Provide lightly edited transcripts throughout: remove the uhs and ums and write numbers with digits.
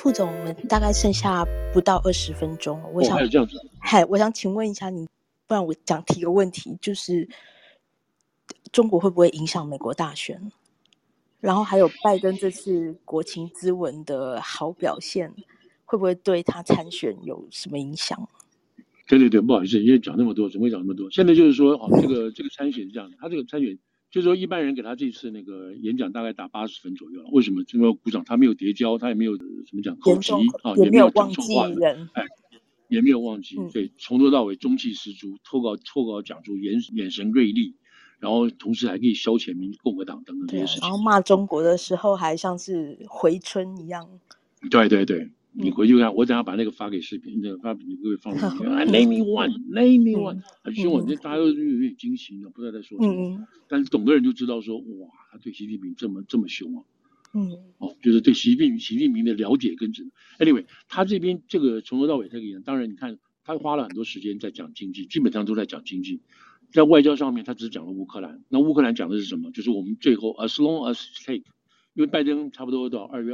副总，我们大概剩下不到20分钟了。 还有这样子。 我想请问一下你，不然我提个问题，就是中国会不会影响美国大选？然后还有拜登这次国情咨文的好表现，会不会对他参选有什么影响？ 对，不好意思，因为讲那么多，怎么会讲那么多？现在就是说，这个参选是这样的，他这个参选就是说，一般人给他这次那个演讲大概打80分左右了。为什么？因为鼓掌，他没有叠交，他也没有怎么讲口疾啊，也没有讲错话的，也没有忘记，对，从头到尾中气十足，脱稿讲出，眼神锐利，然后同时还可以消遣共和党等等这些事情。 然后骂中国的时候还像是回春一样。 对。你回去看，我等下把那个发给视频，发给各位放进去。Name me one，Name me one，很凶啊！大家都有点惊喜，不知道在说什么。但是懂的人就知道说，哇，他对习近平这么凶啊！就是对习近平的了解跟anyway， 他这边这个从头到尾这个演，当然你看他花了很多时间在讲经济，基本上都在讲经济。在外交上面，他只讲了乌克兰。那乌克兰讲的是什么？就是我们最后 as long as take， 因为拜登差不多到2月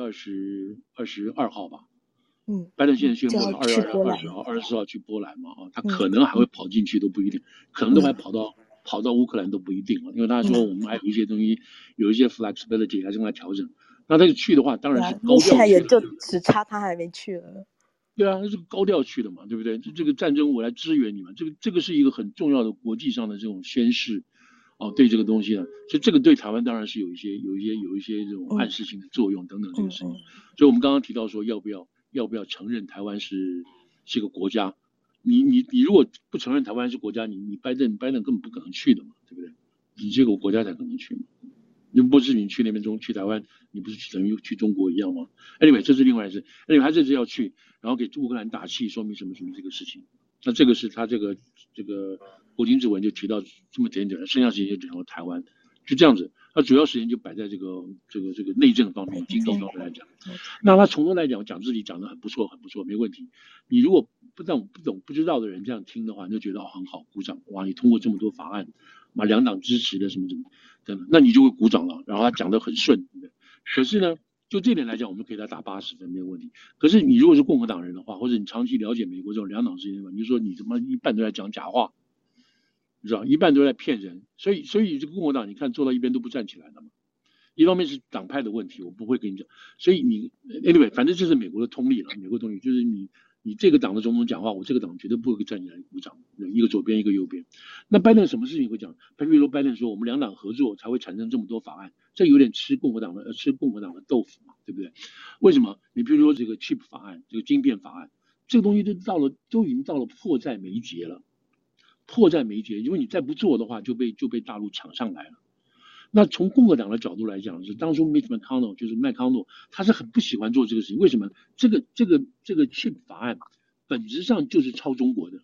22号吧。拜登现在宣布了2月20号、24号去波兰嘛，他可能还会跑进去都不一定，可能都还跑到乌克兰都不一定了，因为他说我们还有一些东西，有一些 flexibility 还是用来调整。那他去的话，当然是高调去的。 现在也就只差他还没去了。 对啊，那是高调去的嘛，对不对？这个战争我来支援你嘛，这个是一个很重要的国际上的这种宣示，对这个东西呢，所以这个对台湾当然是有一些这种暗示性的作用等等这个事情。所以我们刚刚提到说要不要承认台湾是个国家？你如果不承认台湾是国家，你拜登根本不可能去的嘛，对不对？你这个国家才可能去嘛。不是你去那边去台湾，你不是等于去中国一样吗 ？Anyway， 这是另外一事。Anyway， 他这次要去，然后给乌克兰打气，说明什么这个事情。那这个是他这个国情咨文就提到这么点，剩下时间就讲到台湾，就这样子。他主要时间就摆在这个内政方面、经济方面来讲。那他从头来讲自己讲的很不错，没问题。你如果不懂不知道的人这样听的话，你就觉得很好，鼓掌。哇，你通过这么多法案，把两党支持的什么等等，那你就会鼓掌了。然后他讲得很顺，对不对？可是呢，就这点来讲，我们给他打80分没有问题。可是你如果是共和党人的话，或者你长期了解美国这种两党之间的话，你就说你他妈一半都在讲假话，你知道，一半都在骗人。所以这个共和党你看坐到一边都不站起来了嘛。一方面是党派的问题，我不会跟你讲。所以你 anyway， 反正这是美国的通例了。美国通例就是你这个党的总统讲话，我这个党绝对不会站起来鼓掌，一个左边一个右边。那拜登什么事情会讲？比如说拜登说我们两党合作才会产生这么多法案，这有点吃共和党的豆腐嘛，对不对？为什么？你比如说这个 chip 法案，这个晶片法案，这个东西都已经到了迫在眉睫了，迫在眉睫。如果你再不做的话，就被大陆抢上来了。那从共和党的角度来讲，是当初 Mitch McConnell 就是麦康诺，他是很不喜欢做这个事情。为什么？这个 chip 法案本质上就是抄中国的，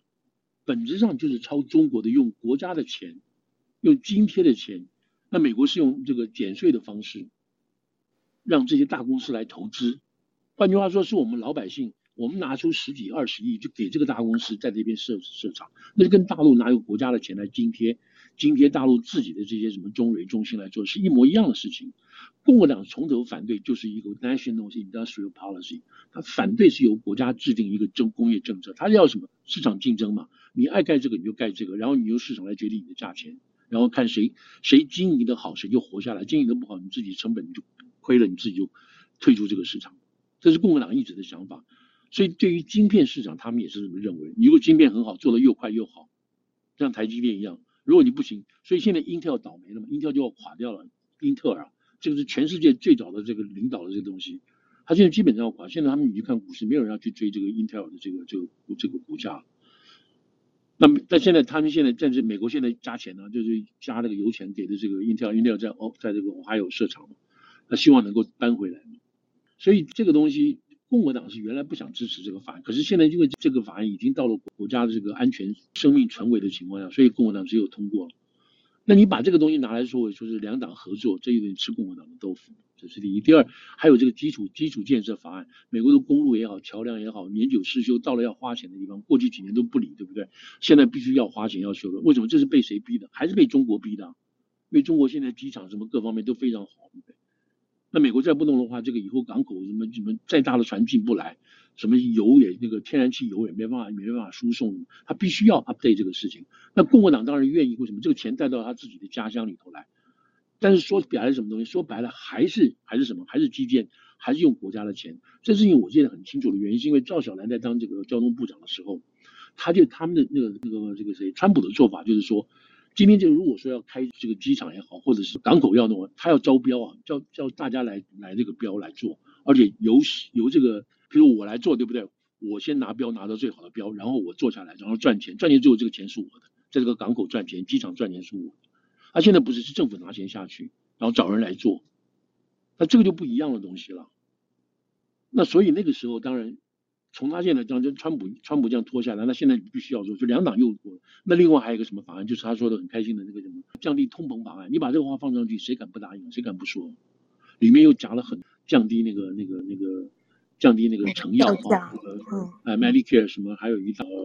用国家的钱，用津贴的钱。那美国是用这个减税的方式，让这些大公司来投资。换句话说，是我们老百姓，我们拿出10几20亿就给这个大公司在这边设厂，那就跟大陆拿有国家的钱来津贴大陆自己的这些什么中蕊中心来做，是一模一样的事情。共和党从头反对就是一个 national industrial policy， 他反对是由国家制定一个工业政策，他要什么市场竞争嘛，你爱盖这个你就盖这个，然后你由市场来决定你的价钱，然后看谁经营的好谁就活下来，经营的不好你自己成本就亏了，你自己就退出这个市场。这是共和党一直的想法。所以对于晶片市场他们也是这么认为，你如果晶片很好，做得又快又好，像台积电一样，如果你不行，所以现在 Intel 倒霉了嘛， Intel 就要垮掉了。英特尔这个是全世界最早的这个领导的这个东西，它现在基本上要垮。现在他们你去看股市，没有人要去追这个 Intel 的这个股价。但现在他们在美国现在加钱呢，就是加那个油钱给的这个 Intel 在这个Ohio设厂嘛，他希望能够搬回来嘛。所以这个东西共和党是原来不想支持这个法案，可是现在因为这个法案已经到了国家的这个安全生命存危的情况下，所以共和党只有通过了。那你把这个东西拿来说是两党合作，这有点吃共和党的豆腐，这是第一。第二，还有这个基础建设法案，美国的公路也好，桥梁也好，年久失修，到了要花钱的地方，过去几年都不理，对不对？现在必须要花钱要修的，为什么？这是被谁逼的？还是被中国逼的？因为中国现在机场什么各方面都非常好，对不对？ 那美国再不弄的话，这个以后港口什么再大的船进不来，什么油也那个天然气油也没办法输送，他必须要 update 这个事情。那共和党当然愿意，为什么？这个钱带到他自己的家乡里头来。但是说白了是什么东西？说白了还是什么？还是基建，还是用国家的钱。这事情我记得很清楚的原因，是因为赵小兰在当这个交通部长的时候，他们的这个谁，川普的做法就是说，今天就如果说要开这个机场也好，或者是港口要弄，他要招标啊，叫大家来这个标来做，而且由这个，比如我来做，对不对？我先拿标拿到最好的标，然后我做下来，然后赚钱，赚钱之后这个钱是我的，在这个港口赚钱，机场赚钱是我的。他现在不是政府拿钱下去，然后找人来做，那这个就不一样的东西了。那所以那个时候当然，从他现在这样，就川普这样拖下来，那现在必须要做，就两党又过了。那另外还有一个什么法案，就是他说的很开心的那个什么降低通膨法案，你把这个话放上去，谁敢不答应？谁敢不说？里面又夹了很降低降低那个成药啊，Medicare 什么，还有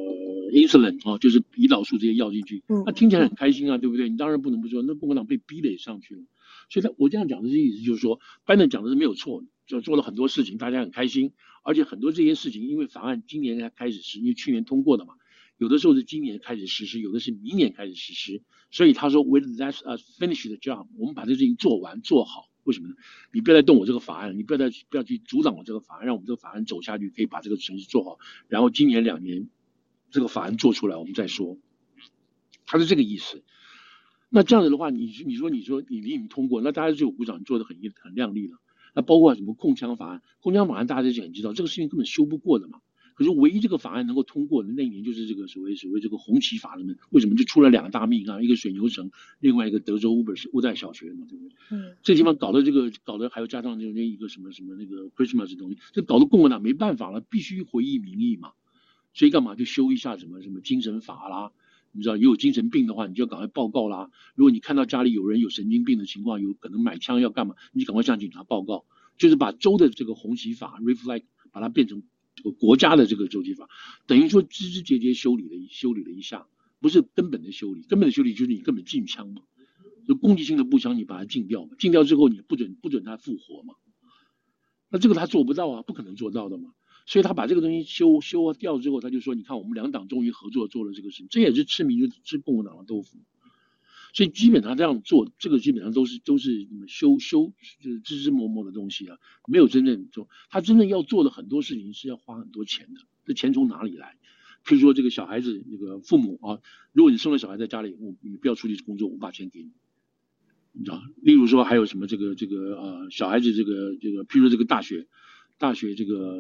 insulin 就是胰岛素这些药进去，那听起来很开心啊，对不对？你当然不能不说，那共和党被逼的也上去了。所以我这样讲的意思就是说，拜登讲的是没有错，就做了很多事情，大家很开心，而且很多这些事情，因为法案今年才开始实，因为去年通过的嘛，有的时候是今年开始实施，有的是明年开始实施。所以他说 ，With that finish the job， 我们把这事情做完做好。为什么呢？你不要再动我这个法案，你不要去阻挡我这个法案，让我们这个法案走下去，可以把这个程序做好。然后今年2年这个法案做出来，我们再说。他是这个意思。那这样子的话，你说你通过，那大家就鼓掌，做的很亮丽了。那包括什么控枪法案，控枪法案大家就很知道，这个事情根本修不过的嘛。可是唯一这个法案能够通过的那一年，就是这个所谓这个红旗法了。为什么就出了2个大命案，一个水牛城，另外一个德州乌代小学嘛，对不对？这地方搞得还有加上一个什么那个 Christmas 东西，这搞得共和党没办法了，必须回应民意嘛。所以干嘛就修一下什么精神法啦。你知道，有精神病的话，你就要赶快报告啦。如果你看到家里有人有神经病的情况，有可能买枪要干嘛，你赶快向警察报告。就是把州的这个红旗法 reflect 把它变成这个国家的这个州旗法，等于说枝枝节节修理了一下，不是根本的修理。根本的修理就是你根本禁枪嘛，就攻击性的步枪你把它禁掉嘛，禁掉之后你不准它复活嘛。那这个他做不到啊，不可能做到的嘛。所以他把这个东西修掉之后，他就说：“你看，我们2党终于合作做了这个事情。”这也是吃共和党的豆腐。所以基本上这样做，这个基本上都是就是枝磨磨的东西啊，没有真正做。他真正要做的很多事情是要花很多钱的，这钱从哪里来？譬如说这个小孩子，那个父母啊，如果你生了小孩在家里，你不要出去工作，我把钱给你。你知道，例如说还有什么这个小孩子这个，譬如说这个大学这个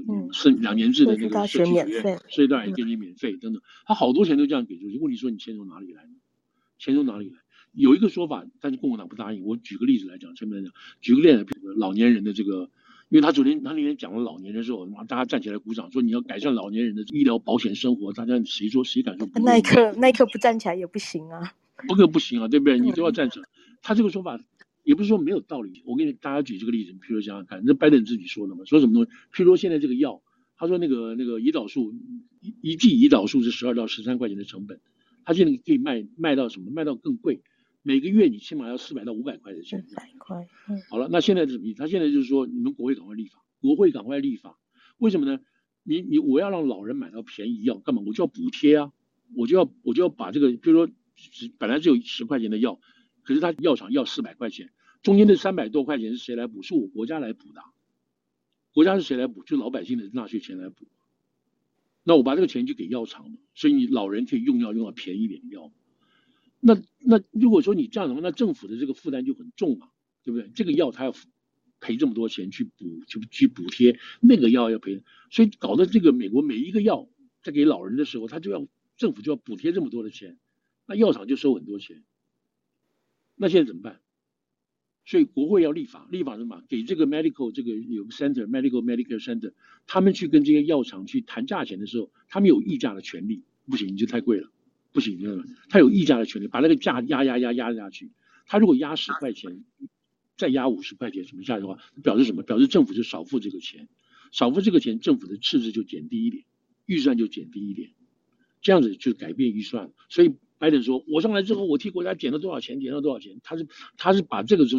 2年制的那个设计学院，所以当然给你免费等等，他好多钱都这样给出去。问题说你钱从哪里来呢？钱从哪里来？有一个说法，但是共和党不答应。我举个例子来讲，前面讲，举个例子，比如老年人的这个，因为他那天讲了老年人之后，大家站起来鼓掌，说你要改善老年人的医疗保险生活，大家谁敢说不？ 那一刻不站起来也不行啊， 不行啊，对不对？你都要站起来。他这个说法也不是说没有道理。我给大家举这个例子，譬如想想看，这拜登自己说的嘛，说什么东西？譬如说现在这个药，他说那个胰岛素一剂胰岛素是12到13块钱的成本，他现在可以卖到什么？卖到更贵，每个月你起码要400到500块的钱。 400块。 好了，那现在是什么意思？他现在就是说，你们国会赶快立法，为什么呢？我要让老人买到便宜药，干嘛？我就要补贴啊，我就要把这个，比如说本来只有10块钱的药。可是他药厂要400块钱，中间的300多块钱是谁来补？是我国家来补的。国家是谁来补？就老百姓的纳税钱来补。那我把这个钱就给药厂嘛，所以你老人可以用药用到便宜一点的药。那如果说你这样的话，那政府的这个负担就很重嘛，对不对？这个药他要赔这么多钱去补贴，那个药要赔，所以搞得这个美国每一个药在给老人的时候，政府就要补贴这么多的钱，那药厂就收很多钱。那现在怎么办？所以国会要立法什么？给这个 medical 这个有个 center Medicare center， 他们去跟这些药厂去谈价钱的时候，他们有议价的权利。不行，你就太贵了，不行，他有议价的权利，把那个价压下去。他如果压10块钱，再压50块钱什么价的话，表示什么？表示政府就少付这个钱，政府的赤字就减低一点，预算就减低一点，这样子就改变预算。所以拜登说，我上来之后，我替国家减了多少钱，他是把这个东西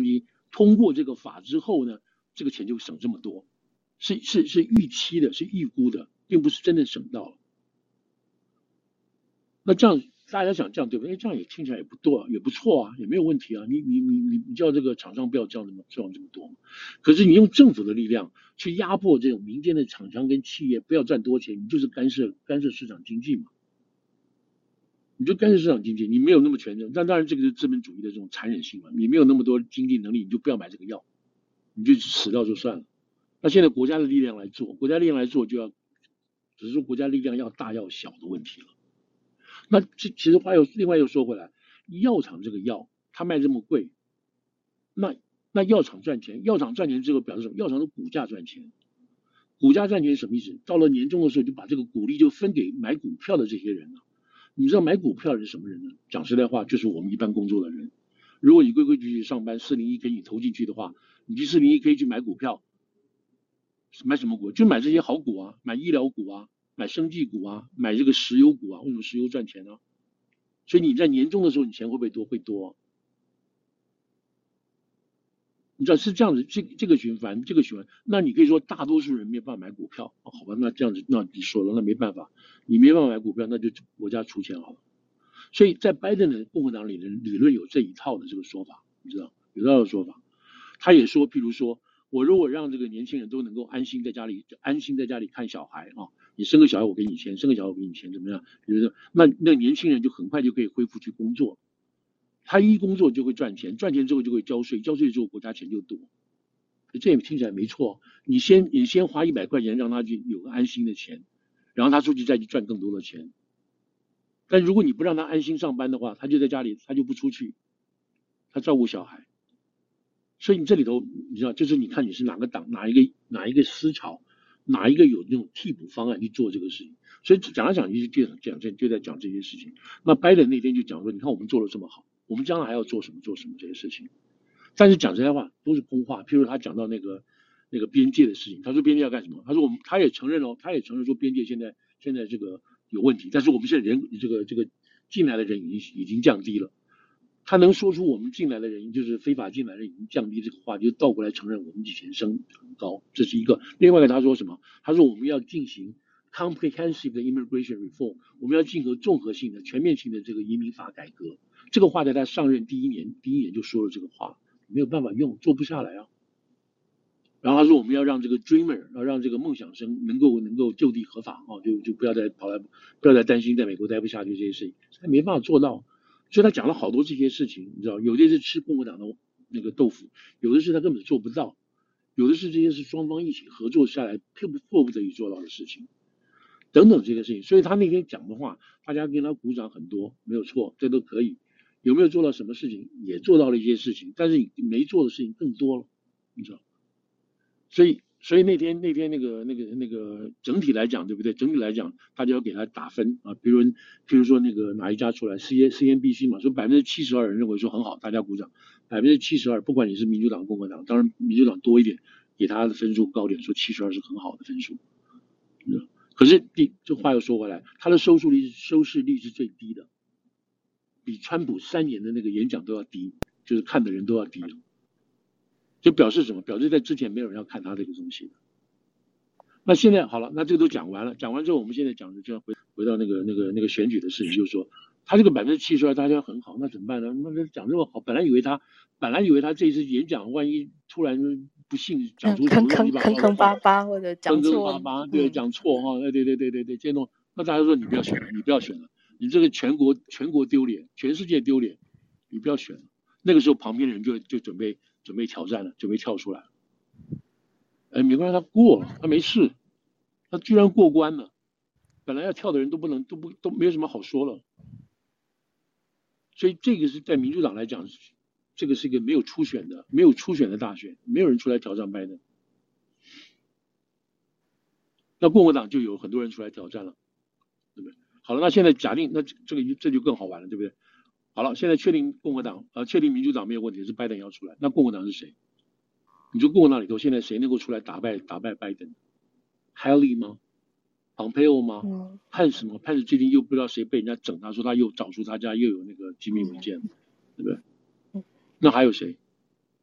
通过这个法之后呢，这个钱就省这么多，是预期的，是预估的，并不是真的省到了。那这样大家想这样对不对？这样也听起来也不多，也不错啊，也没有问题啊。你叫这个厂商不要这样这么多，可是你用政府的力量去压迫这种民间的厂商跟企业不要赚多钱，你就是干涉市场经济嘛。你就干涉市场经济，你没有那么全面。但当然这个是资本主义的这种残忍性嘛，你没有那么多经济能力，你就不要买这个药，你就死掉就算了。那现在国家的力量来做，国家力量来做就要，只是说国家力量要大要小的问题了。那其实话另外又说回来，药厂这个药它卖这么贵，那药厂赚钱，药厂赚钱之后表示什么？药厂的股价赚钱，股价赚钱什么意思？到了年终的时候就把这个股利就分给买股票的这些人了。你知道买股票的是什么人呢？讲实在话，就是我们一般工作的人。如果你规规矩矩上班，401k 你投进去的话，你去401k去买股票，买什么股？就买这些好股啊，买医疗股啊，买生技股啊，买这个石油股啊。为什么石油赚钱呢？所以你在年终的时候，你钱会不会多？会多。你知道是这样子，这个循环，那你可以说大多数人没办法买股票，好吧？那这样子，那你说了，那没办法，你没办法买股票，那就国家出钱好了。所以在拜登的共和党里的理论有这一套的这个说法，你知道有这套的说法。他也说，譬如说我如果让这个年轻人都能够安心在家里看小孩啊，你生个小孩我给你钱，生个小孩我给你钱，怎么样？比如说那年轻人就很快就可以恢复去工作。他一工作就会赚钱，赚钱之后就会交税，交税之后国家钱就多。这也听起来没错。你先花100块钱让他去有个安心的钱，然后他出去再去赚更多的钱。但如果你不让他安心上班的话，他就在家里，他就不出去，他照顾小孩。所以你这里头，你知道，就是你看你是哪个党，哪一个思潮，哪一个有那种替补方案去做这个事情。所以讲来讲去就在讲这些事情。那拜登那天就讲说，你看我们做的这么好，我们将来还要做什么这些事情。但是讲这些话都是空话。譬如他讲到那个边界的事情，他说边界要干什么？他说他也承认说边界现在这个有问题，但是我们现在人这个进来的人已经降低了。他能说出我们进来的人就是非法进来的人已经降低这个话，就倒过来承认我们以前升很高，这是一个。另外一个他说什么？他说我们要进行 comprehensive 的 immigration reform， 我们要进行综合性的、全面性的这个移民法改革。这个话在他上任第一年就说了这个话，没有办法用，做不下来啊。然后他说我们要让这个 dreamer， 要让这个梦想生能够就地合法啊，就不要再担心在美国待不下去这些事情，他没办法做到。所以他讲了好多这些事情，你知道，有的是吃共和党的那个豆腐，有的是他根本做不到，有的是这些是双方一起合作下来迫不得已做到的事情，等等这些事情。所以他那天讲的话，大家跟他鼓掌很多，没有错，这都可以。有没有做到什么事情？也做到了一些事情，但是你没做的事情更多了，你知道。所以那天那个整体来讲，对不对？整体来讲，大家要给他打分啊。比如说那个哪一家出来，CNBC 嘛，说72%人认为说很好，大家鼓掌。72%，不管你是民主党、共和党，当然民主党多一点，给他的分数高点，说72是很好的分数。可是这话又说回来，他的收视率是最低的，比川普3年的那个演讲都要低，就是看的人都要低。就表示什么？表示在之前没有人要看他这个东西的。那现在好了，那这个都讲完了，讲完之后，我们现在讲的就要回到那个选举的事情，就是说他这个72%大家很好，那怎么办呢？那讲这么好，本来以为他这一次演讲，万一突然不幸讲出什么乱七八糟的话， 坑巴或者讲错， 对，讲错哈，对，这种，那大家说你不要选了，你这个全国丢脸，全世界丢脸，你不要选了。那个时候旁边的人就准备挑战了，准备跳出来了。没关系，他过了，他没事，他居然过关了。本来要跳的人都没有什么好说了。所以这个是在民主党来讲，这个是一个没有初选的大选，没有人出来挑战拜登。那共和党就有很多人出来挑战了，对不对？好了，那现在假定那这就更好玩了，对不对？好了，现在确定确定民主党没有问题，是拜登要出来，那共和党是谁？你说共和党里头现在谁能够出来打败拜登 ？Haley 吗？Pompeo 吗？潘什么？潘是最近又不知道谁被人家整，他说他又找出他家又有那个机密文件，对不对？那还有谁？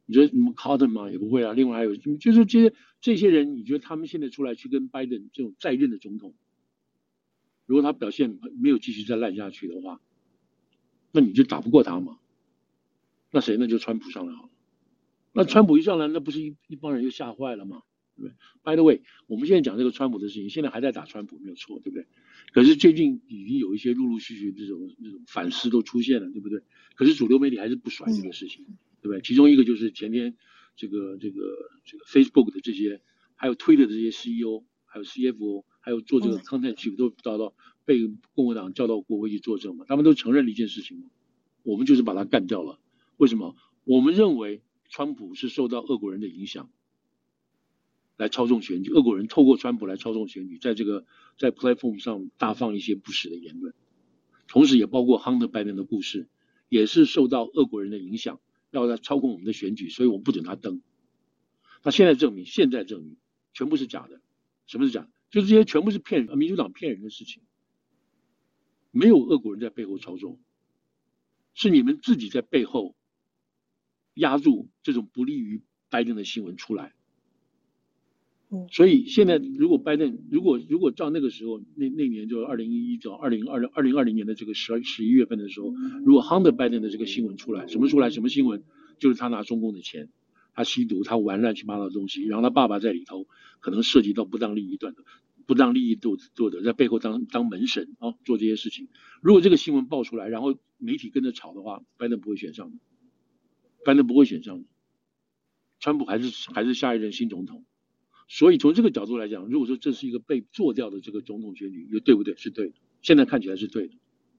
你觉得什么 Cotton 吗？也不会啊。另外还有就是这些人，你觉得他们现在出来去跟拜登这种在任的总统，如果他表现没有继续再烂下去的话，那你就打不过他嘛。那谁呢？就川普上来好了。那川普一上来，那不是一帮人就吓坏了吗？对不对？By the way，我们现在讲这个川普的事情，现在还在打川普，没有错，对不对？可是最近已经有一些陆陆续续这种反思都出现了，对不对？可是主流媒体还是不甩这个事情，对不对？其中一个就是前天这个 Facebook 的这些，还有推的这些 CEO，还有 CFO，还有做这个 content chief 都遭到被共和党叫到国会去作证嘛，他们都承认了一件事情嘛，我们就是把他干掉了。为什么？我们认为川普是受到俄国人的影响来操纵选举，俄国人透过川普来操纵选举，在 platform 上大放一些不实的言论，同时也包括 Hunter Biden 的故事，也是受到俄国人的影响，要他操控我们的选举，所以我们不准他登。他现在证明，全部是假的。什么是假的？就是这些全部是民主党骗人的事情，没有俄国人在背后操纵，是你们自己在背后压住这种不利于拜登的新闻出来。所以现在如果拜登如果照那个时候那年就2011到2020年的这个11月份的时候，如果 Hunter Biden 的这个新闻出来，什么新闻？就是他拿中共的钱，他吸毒，他玩乱七八糟的东西，然后他爸爸在里头可能涉及到不当利益做的，在背后当门神啊，做这些事情。如果这个新闻爆出来，然后媒体跟着炒的话，拜登不会选上的，川普还是下一任新总统。所以从这个角度来讲，如果说这是一个被做掉的这个总统选举，对不对？是对的，现在看起来是对的。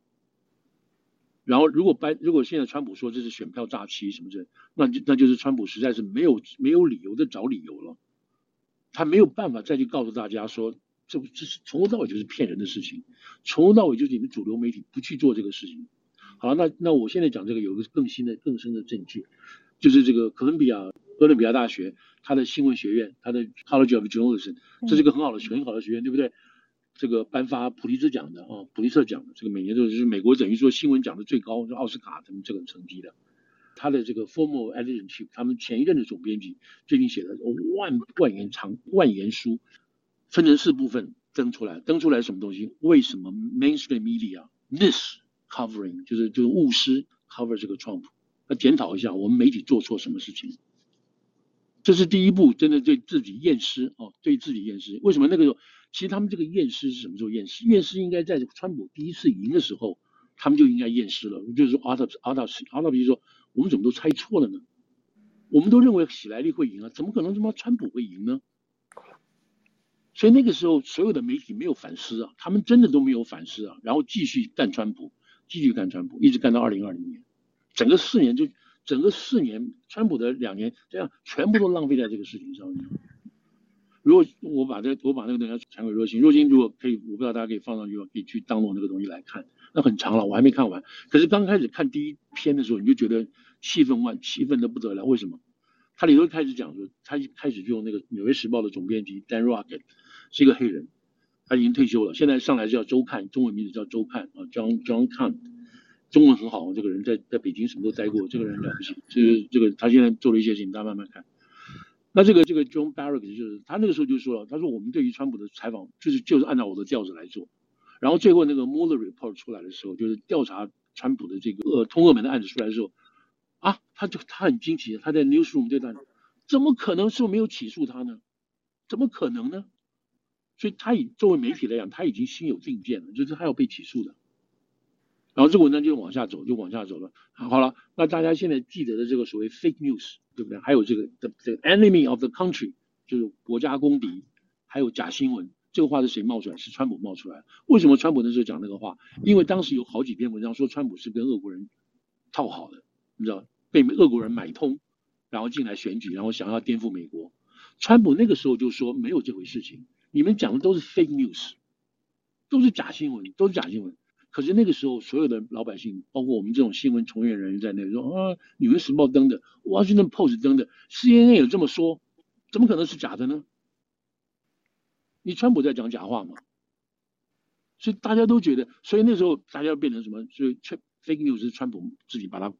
然后如果现在川普说这是选票诈欺什么的，那就是川普实在是没有理由的找理由了，他没有办法再去告诉大家说这是从头到尾就是骗人的事情，从头到尾就是你们主流媒体不去做这个事情。好，那我现在讲这个有个更深的证据，就是这个哥伦比亚大学它的新闻学院，它的 College of Journalism， 这是一个很好的学院，对不对？这个颁发普利策奖的，这个每年就是美国等于说新闻奖的最高，就奥斯卡这个成绩的。他的这个 former editor， 他们前一任的总编辑最近写了万言书，分成4部分登出来什么东西？为什么 mainstream media miss covering， 就是误失 cover 这个 Trump， 要检讨一下我们媒体做错什么事情。这是第一步，真的对自己验尸。为什么那个时候？其实他们这个验尸是什么时候验尸？验尸应该在川普第一次赢的时候，他们就应该验尸了。就是说 autopsy 说我们怎么都猜错了呢？我们都认为喜来利会赢啊，怎么可能他妈川普会赢呢？所以那个时候所有的媒体没有反思啊，他们真的都没有反思啊，然后继续干川普，一直干到2020年，整个4年，川普的2年，这样全部都浪费在这个事情上面。如果我把那个东西传给若星如果可以，我不知道大家可以放上去，可以去download那个东西来看。那很长了，我还没看完。可是刚开始看第一篇的时候，你就觉得气愤的不得了。为什么？他里头开始讲说，他一开始就用那个《纽约时报》的总编辑 Dan Rocket， 是一个黑人，他已经退休了，现在上来是叫周刊，中文名字叫周刊啊 ，John Kahn， 中文很好，这个人在北京什么都待过，这个人了不起。这个他现在做了一些事情，大家慢慢看。那这个 John Barrack 就是他那个时候就说了，他说我们对于川普的采访就是按照我的调子来做，然后最后那个 Mueller report 出来的时候，就是调查川普的这个通俄门的案子出来的时候，啊，他很惊奇，他在 newsroom 这段，怎么可能是没有起诉他呢？怎么可能呢？所以作为媒体来讲，他已经心有定见了，就是他要被起诉的。然后这个文章就往下走了。好了，那大家现在记得的这个所谓 fake news， 对不对？还有这个 the enemy of the country， 就是国家公敌，还有假新闻，这个话是谁冒出来？是川普冒出来。为什么川普那时候讲那个话？因为当时有好几篇文章说川普是跟俄国人套好的，你知道，被俄国人买通，然后进来选举，然后想要颠覆美国。川普那个时候就说没有这回事情，你们讲的都是 fake news， 都是假新闻。可是那个时候，所有的老百姓，包括我们这种新闻从业人员在内，说啊，《纽约时报》登的，《Washington Post》登的， CNN 有这么说，怎么可能是假的呢？你川普在讲假话吗？所以大家都觉得，所以那时候大家变成什么？所以 fake news 是川普自己把它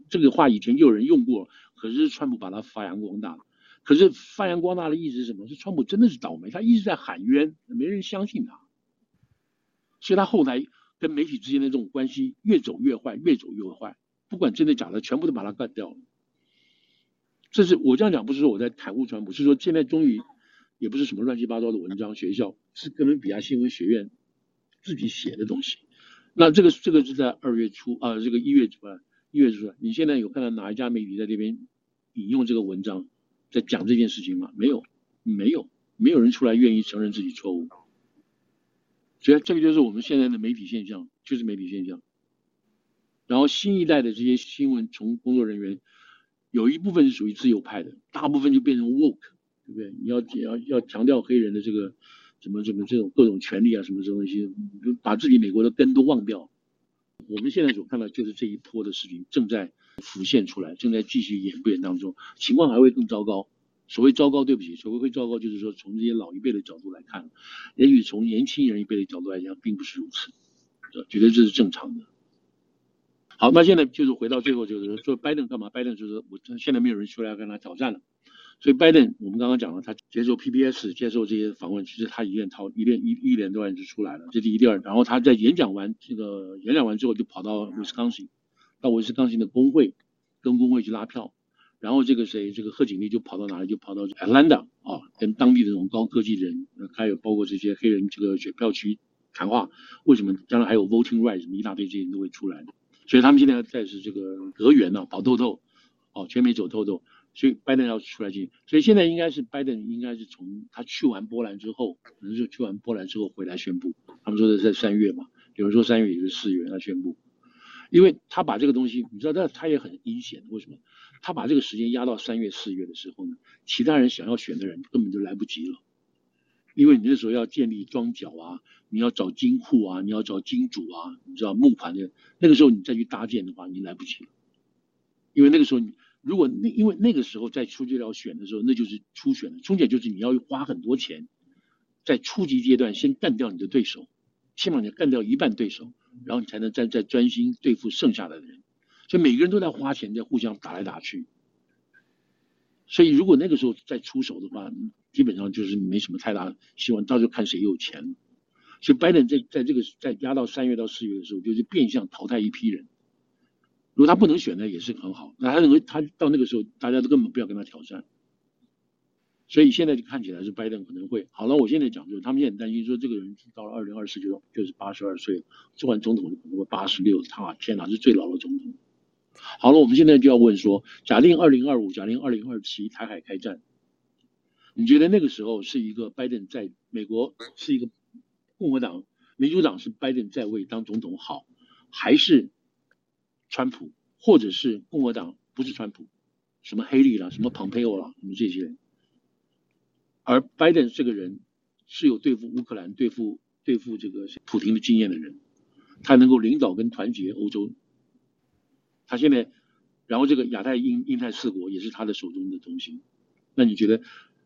这个话以前就有人用过，可是川普把它发扬光大了。可是发扬光大的意思是什么？是川普真的是倒霉，他一直在喊冤，没人相信他，所以他后来跟媒体之间的这种关系越走越坏，越走越坏，不管真的假的，全部都把他干掉了。这是我这样讲，不是说我在袒护川普，是说现在终于也不是什么乱七八糟的文章，学校是哥伦比亚新闻学院自己写的东西。那这个是在2月初啊，这个1月初1月初，你现在有看到哪一家媒体在这边引用这个文章在讲这件事情吗？没有，没有人出来愿意承认自己错误。所以这个就是我们现在的媒体现象，就是媒体现象。然后新一代的这些新闻从工作人员，有一部分是属于自由派的，大部分就变成 woke， 对不对？你要强调黑人的这个怎么这种各种权利啊，什么这东西，把自己美国的根都忘掉。我们现在所看到就是这一波的事情正在浮现出来，正在继续演变当中，情况还会更糟糕。所谓糟糕，对不起，所谓会糟糕，就是说从这些老一辈的角度来看，也许从年轻人一辈的角度来讲，并不是如此，觉得这是正常的。好，那现在就是回到最后，就是说拜登干嘛？拜登就是我现在没有人出来要跟他挑战了，所以拜登我们刚刚讲了，他接受 PBS 接受这些访问，其实他一连段就出来了，这是第二。然后他在演讲完之后，就跑到威斯康星，到威斯康星的工会跟工会去拉票。然后这个贺锦丽就跑到哪里？就跑到 Atlanta 啊，跟当地的这种高科技人，还有包括这些黑人这个选票区谈话。为什么将来还有 voting rights 什么一大堆这些人都会出来的？所以他们现在在是这个阁员呢，跑透透，全美走透透。所以拜登要出来进，所以现在应该是拜登应该是从他去完波兰之后，可能是去完波兰之后回来宣布。他们说的是在3月嘛，有人说3月也是4月他宣布。因为他把这个东西，你知道，但他也很阴险。为什么？他把这个时间压到3月、4月的时候呢，其他人想要选的人根本就来不及了。因为你那时候要建立庄脚啊，你要找金库啊，你要找金主啊，你知道募款的，那个时候你再去搭建的话，你来不及了。因为那个时候因为那个时候在出去要选的时候，那就是初选了。初选就是你要花很多钱，在初级阶段先干掉你的对手，起码你要干掉一半对手，然后你才能再专心对付剩下的人。所以每个人都在花钱，在互相打来打去。所以如果那个时候再出手的话，基本上就是没什么太大希望，到时候看谁有钱。所以拜登在压到3月到4月的时候，就是变相淘汰一批人。如果他不能选呢，也是很好。那他认为他到那个时候，大家都根本不要跟他挑战。所以现在就看起来是拜登可能会好了。我现在讲就是，他们现在很担心说，这个人到了2024就是82岁了，做完总统就可能会86。他天哪，是最老的总统。好了，我们现在就要问说，假定2025，假定2027台海开战，你觉得那个时候是一个拜登在美国是一个共和党、民主党是拜登在位当总统好，还是川普，或者是共和党不是川普，什么黑利啦，什么蓬佩奥啦，什么这些人？而拜登这个人是有对付乌克兰、对付这个普京的经验的人，他能够领导跟团结欧洲。他现在，然后这个亚太印太4国也是他的手中的东西。那你觉得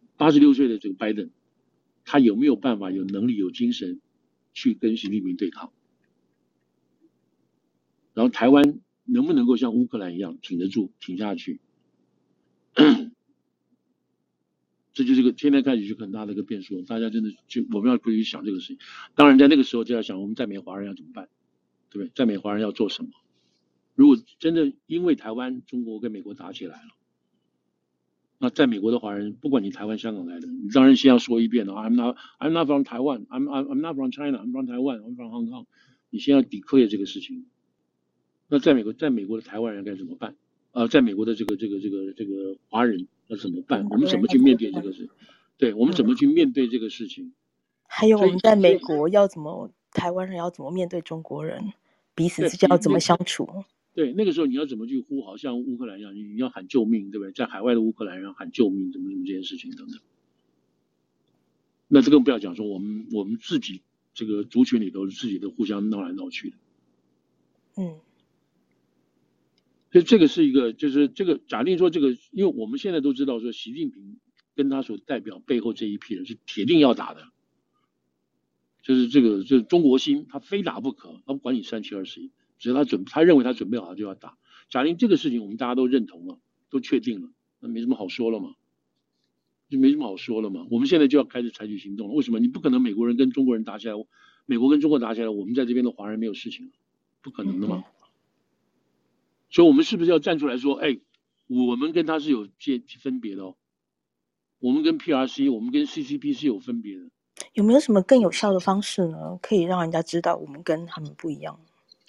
86岁的这个拜登，他有没有办法、有能力、有精神去跟习近平对抗？然后台湾能不能够像乌克兰一样挺得住、挺下去？这就是个现在开始就很大的一个变数，大家真的就我们要回去想这个事情。当然，在那个时候就要想，我们在美华人要怎么办，对不对？在美华人要做什么？如果真的因为台湾、中国跟美国打起来了，那在美国的华人，不管你台湾、香港来的，你当然先要说一遍了。I'm not from Taiwan. I'm not from China. I'm from Taiwan. I'm from Hong Kong. 你先要declare这个事情。那在美国的台湾人该怎么办？在美国的这个华人要怎么办？我们怎么去面对这个事？对，我们怎么去面对这个事情？ 还有我们在美国要怎么，台湾人要怎么面对中国人，彼此之间要怎么相处？ 对，那个时候你要怎么去呼号，像乌克兰一样，你要喊救命，对不对？在海外的乌克兰人喊救命，怎么这件事情等等。那这个不要讲说我们自己这个族群里头自己都互相闹来闹去的。所以这个是一个，就是这个假定说这个，因为我们现在都知道说习近平跟他所代表背后这一批人是铁定要打的，就是中国心，他非打不可，他不管你37、21，只要他认为他准备好就要打。 假定这个事情我们大家都认同了，都确定了，那没什么好说了嘛，就没什么好说了嘛。我们现在就要开始采取行动了。为什么？你不可能美国人跟中国人打起来，美国跟中国打起来，我们在这边的华人没有事情了，不可能的嘛。所以我们是不是要站出来说，哎，我们跟他是有分别的哦，我们跟 PRC， 我们跟 CCP 是有分别的。 有没有什么更有效的方式呢？可以让人家知道我们跟他们不一样？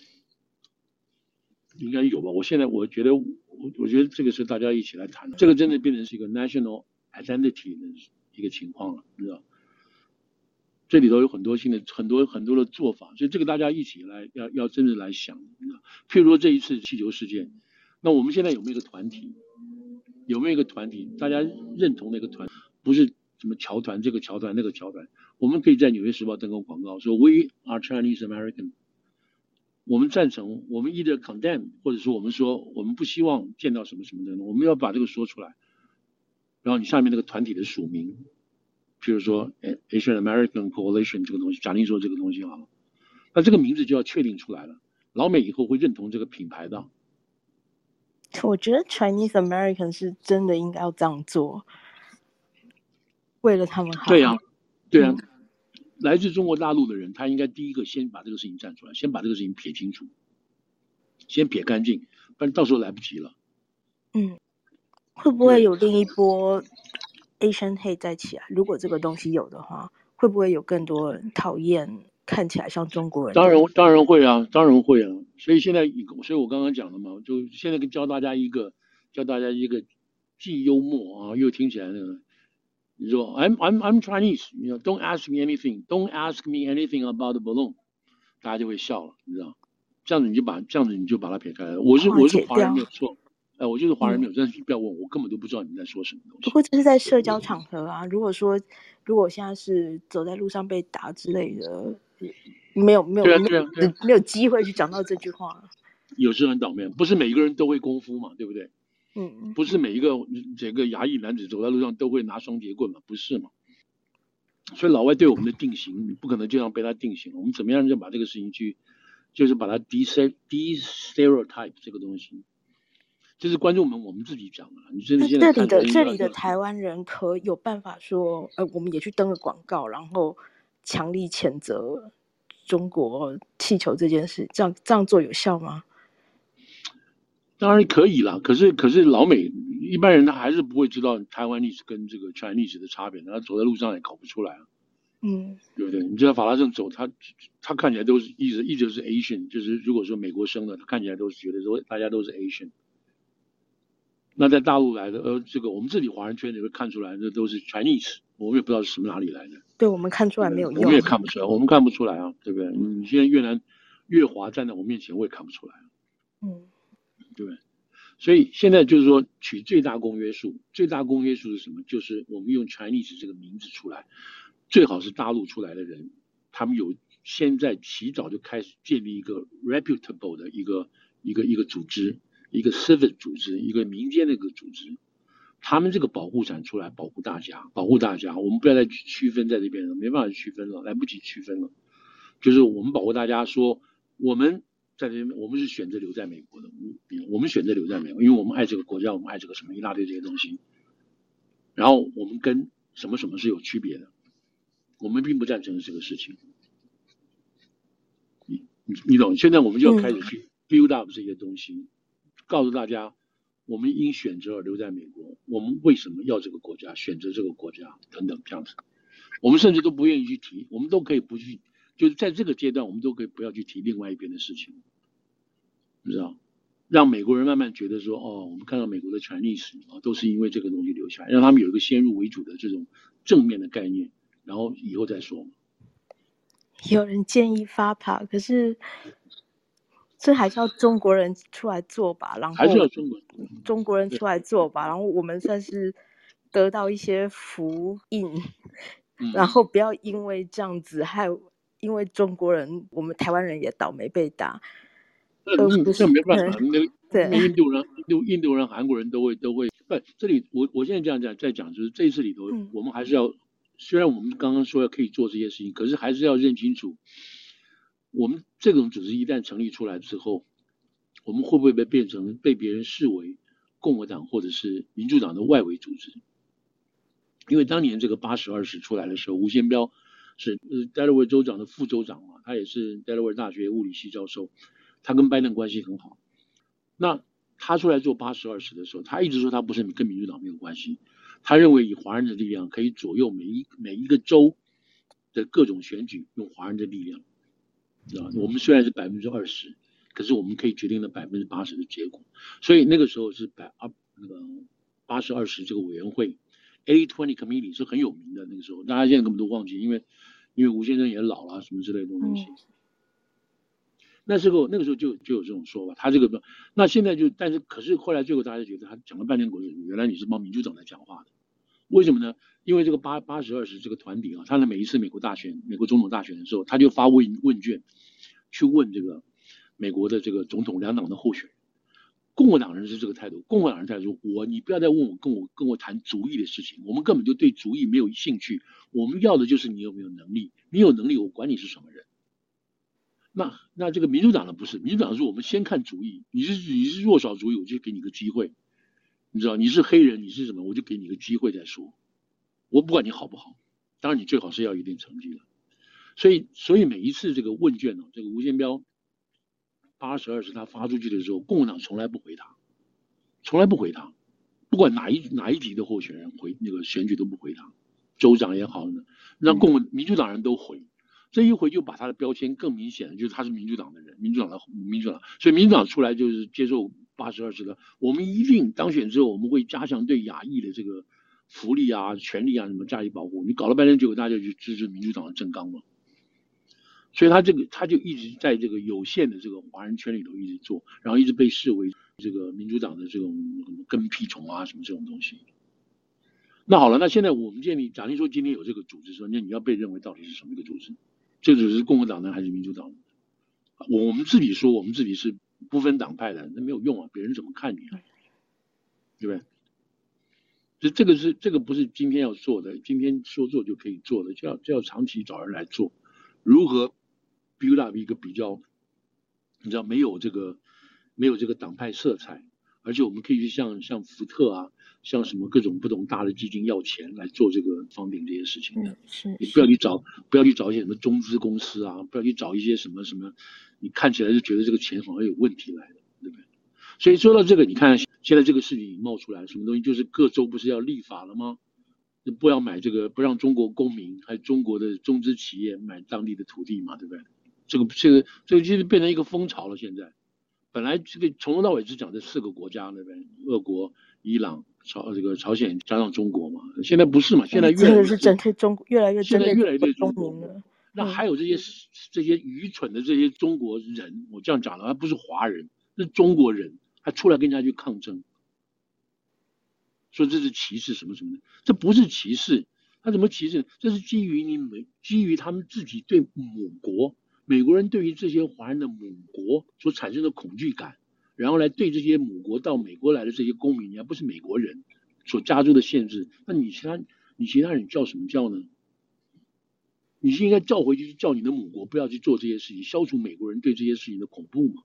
应该有吧？我觉得这个是大家一起来谈的，这个真的变成是一个 national identity 的一个情况了，你知道？这里头有很多的做法，所以这个大家一起来要真的来想，你知道？譬如说这一次气球事件，那我们现在有没有一个团体？有没有一个团体大家认同的一个团？不是什么侨团，这个侨团那个侨团，我们可以在《纽约时报》登个广告，说 We are Chinese American。我们赞成，我们 either condemn， 或者说我们说我们不希望见到什么什么的，我们要把这个说出来。然后你下面那个团体的署名，譬如说 Asian American Coalition 这个东西，假定说这个东西好了，那这个名字就要确定出来了。老美以后会认同这个品牌的。 我觉得 Chinese American 是真的应该要这样做，为了他们好。 对呀，对呀。来自中国大陆的人，他应该第一个先把这个事情站出来，先把这个事情撇清楚，先撇干净，不然到时候来不及了。 会不会有另一波 Asian hate 再起来？如果这个东西有的话，会不会有更多人讨厌看起来像中国人？ 当然会啊，当然会啊。所以现在，所以我刚刚讲了嘛，就现在教大家一个既幽默啊又听起来那个。你说 I'm Chinese， don't ask me anything，don't ask me anything about the balloon， 大家就会笑了，你知道？这样子你就把它撇开了。我是华人没有错，我就是华人没有，但是不要问我根本都不知道你在说什么东西。 不过这是在社交场合啊，如果我现在是走在路上被打之类的，没有机会去讲到这句话。 有时候很倒霉，不是每一个人都会功夫嘛，对不对？不是每一个这个亚裔男子走在路上都会拿双节棍嘛，不是嘛？所以老外对我们的定型，你不可能就这样被他定型。我们怎么样就把这个事情就是把它 de-stereotype 这个东西，这是观众们我们自己讲的。你真的现在这里的台湾人可有办法说，我们也去登个广告，然后强力谴责中国气球这件事，这样做有效吗？ 当然可以啦，可是老美一般人他还是不会知道台湾历史跟这个全历史的差别，他走在路上也搞不出来啊。对不对？你知道法拉盛走，他看起来都是一直是 Asian， 就是如果说美国生的，他看起来都是觉得说大家都是 Asian。那在大陆来的，这个我们自己华人圈里会看出来，这都是 Chinese， 我们也不知道是什么哪里来的。 对，我们看出来没有用， 我们也看不出来，我们看不出来啊，对不对？你现在越华站在我面前，我也看不出来。对不对？所以现在就是说取最大公约数，最大公约数是什么？就是我们用 Chinese 这个名字出来，最好是大陆出来的人，他们现在起早就开始建立一个 reputable 的一个组织，一个 civic 组织，一个民间的一个组织，他们这个保护伞出来保护大家，我们不要再区分在这边了，没办法区分了，来不及区分了，就是我们保护大家说我们。在这边，我们是选择留在美国的。我们选择留在美国，因为我们爱这个国家，我们爱这个什么一大堆这些东西。然后我们跟什么是有区别的，我们并不赞成这个事情。你懂？现在我们就要开始去 build up 这些东西，告诉大家，我们因选择而留在美国，我们为什么要这个国家，选择这个国家等等这样子。我们甚至都不愿意去提，我们都可以不去，就是在这个阶段，我们都可以不要去提另外一边的事情。你知道，让美国人慢慢觉得说，我们看到美国的全历史都是因为这个东西留下来，让他们有一个先入为主的这种正面的概念，然后以后再说。 有人建议发牌，可是这还是要中国人出来做吧，然后还是要中国人出来做吧，然后我们算是得到一些福音，然后不要因为这样子，因为中国人，我们台湾人也倒霉被打。 那没办法， 对， 印度人、韩国人都会。不，这里我现在这样在讲，就是这一次里头，我们还是要，虽然我们刚刚说可以做这些事情，可是还是要认清楚，我们这种组织一旦成立出来之后， 我们会不会被别人视为共和党或者是民主党的外围组织？因为当年这个80-20出来的时候，吴宪标是Delaware 州长的副州长嘛，他也是 Delaware 大学物理系教授，他跟拜登关系很好。那他出来做80-20的时候，他一直说他不是跟民主党没有关系，他认为以华人的力量可以左右每一个州的各种选举，用华人的力量，知道我们虽然是20%，可是我们可以决定了80%的结果。所以那个时候是那个80-20这个委员会 A20 Committee 是很有名的。那个时候大家现在根本都忘记，因为吴先生也老了什么之类的东西。那个时候就有这种说法，他这个那现在可是后来最后大家觉得他讲了半天国语，原来你是帮民主党在讲话的，为什么呢？因为这个80-20这个团体啊，他的每一次美国总统大选的时候，他就发问卷去问这个美国的这个总统两党的候选人。共和党人是这个态度，共和党人态度你不要再问我跟我谈族裔的事情，我们根本就对族裔没有兴趣，我们要的就是你有没有能力，你有能力我管你是什么人。那这个民主党的不是，民主党是我们先看族裔，你是弱少族裔，我就给你个机会，你知道你是黑人，你是什么，我就给你个机会再说，我不管你好不好，当然你最好是要一定成绩的。所以每一次这个问卷呢，这个吴宪标80-20他发出去的时候，共和党从来不回答，从来不回答，不管哪一级的候选人那个选举都不回答，州长也好呢，让民主党人都回。这一回就把他的标签更明显，就是他是民主党的人，民主党，所以民主党出来就是接受80-20的。我们一定当选之后，我们会加强对亚裔的这个福利啊、权利啊什么加以保护。你搞了半天，结果大家就支持民主党的政纲了。所以他就一直在这个有限的这个华人圈里头一直做，然后一直被视为这个民主党的这种跟屁虫啊什么这种东西。那好了，那现在我们假定说今天有这个组织说，那你要被认为到底是什么一个组织？这个组织是共和党呢还是民主党？我们自己说我们自己是不分党派的，那没有用啊，别人怎么看你啊？对不对？这个不是今天要做的，今天说做就可以做的，就要长期找人来做。如何 build up 一个比较，你知道没有这个党派色彩，而且我们可以去像福特啊，像什么各种不同大的基金要钱来做这个方顶这些事情的。你不要去找一些什么中资公司啊，不要去找一些什么，你看起来就觉得这个钱好像有问题来的，对不对？所以说到这个，你看现在这个事情冒出来，什么东西就是各州不是要立法了吗？不要买这个，不让中国公民还有中国的中资企业买当地的土地嘛，对不对？这个其实变成一个风潮了。现在本来这个从头到尾只讲这4个国家，对不对？俄国、伊朗、朝鲜加上中国嘛，现在不是嘛？现在越来越针对中国，越来越针对中国了。那还有这些愚蠢的这些中国人，我这样讲了，他不是华人，是中国人，他出来跟人家去抗争。说这是歧视什么什么的，这不是歧视，他怎么歧视？这是基于他们自己对母国美国人对于这些华人的母国所产生的恐惧感，然后来对这些母国到美国来的这些公民，你还不是美国人所加诸的限制，那你其他人叫什么叫呢？你是应该叫回去叫你的母国不要去做这些事情，消除美国人对这些事情的恐怖嘛？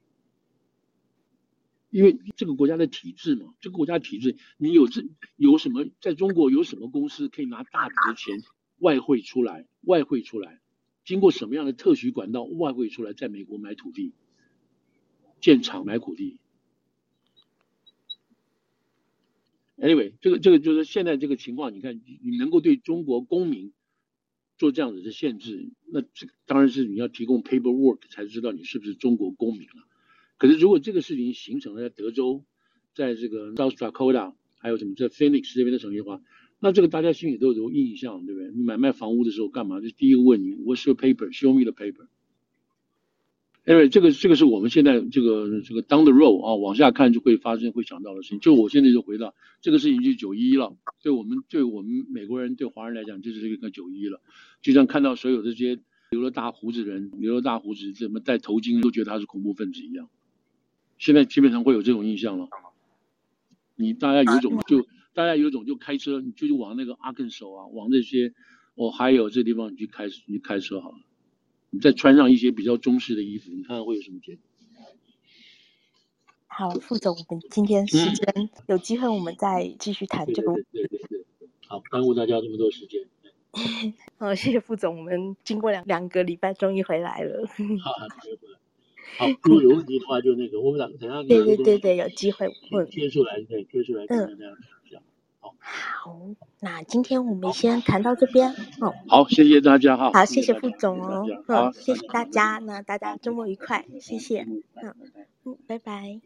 因为这个国家的体制嘛，这个国家体制，你有什么在中国有什么公司可以拿大笔的钱外汇出来，经过什么样的特许管道外汇出来，在美国买土地、建厂买土地。Anyway， 这个就是现在这个情况，你看你能够对中国公民做这样子的限制，那这当然是你要提供 paperwork 才知道你是不是中国公民了。可是如果这个事情形成了在德州，在这个 South Dakota， 还有什么在 Phoenix 这边的城市化，那这个大家心里都有印象，对不对？你买卖房屋的时候干嘛？就第一个问你 What's your paper? Show me the paper. 因为这个是我们现在这个 down the road 啊，往下看就会想到的事情。就我现在就回到这个事情，就911了。对我们美国人对华人来讲，这是一个911了。就像看到所有这些留了大胡子人，怎么戴头巾都觉得他是恐怖分子一样。现在基本上会有这种印象了。大家有一种就开车，你就往那个阿肯手啊，往这些还有这地方你去开车好了。你再穿上一些比较中式的衣服，你看看会有什么结果？ 好，副总，我们今天时间有机会，我们再继续谈这个问题。 对，好，耽误大家这么多时间。 谢谢副总，我们经过两个礼拜终于回来了。 好，如果有问题的话就那个，我们俩等下对，有机会问贴出来跟大家讲一下。 好，那今天我们先谈到这边。 好，谢谢大家哈。 好，谢谢副总哦。 好， 谢谢大家，那大家周末愉快，谢谢。拜拜。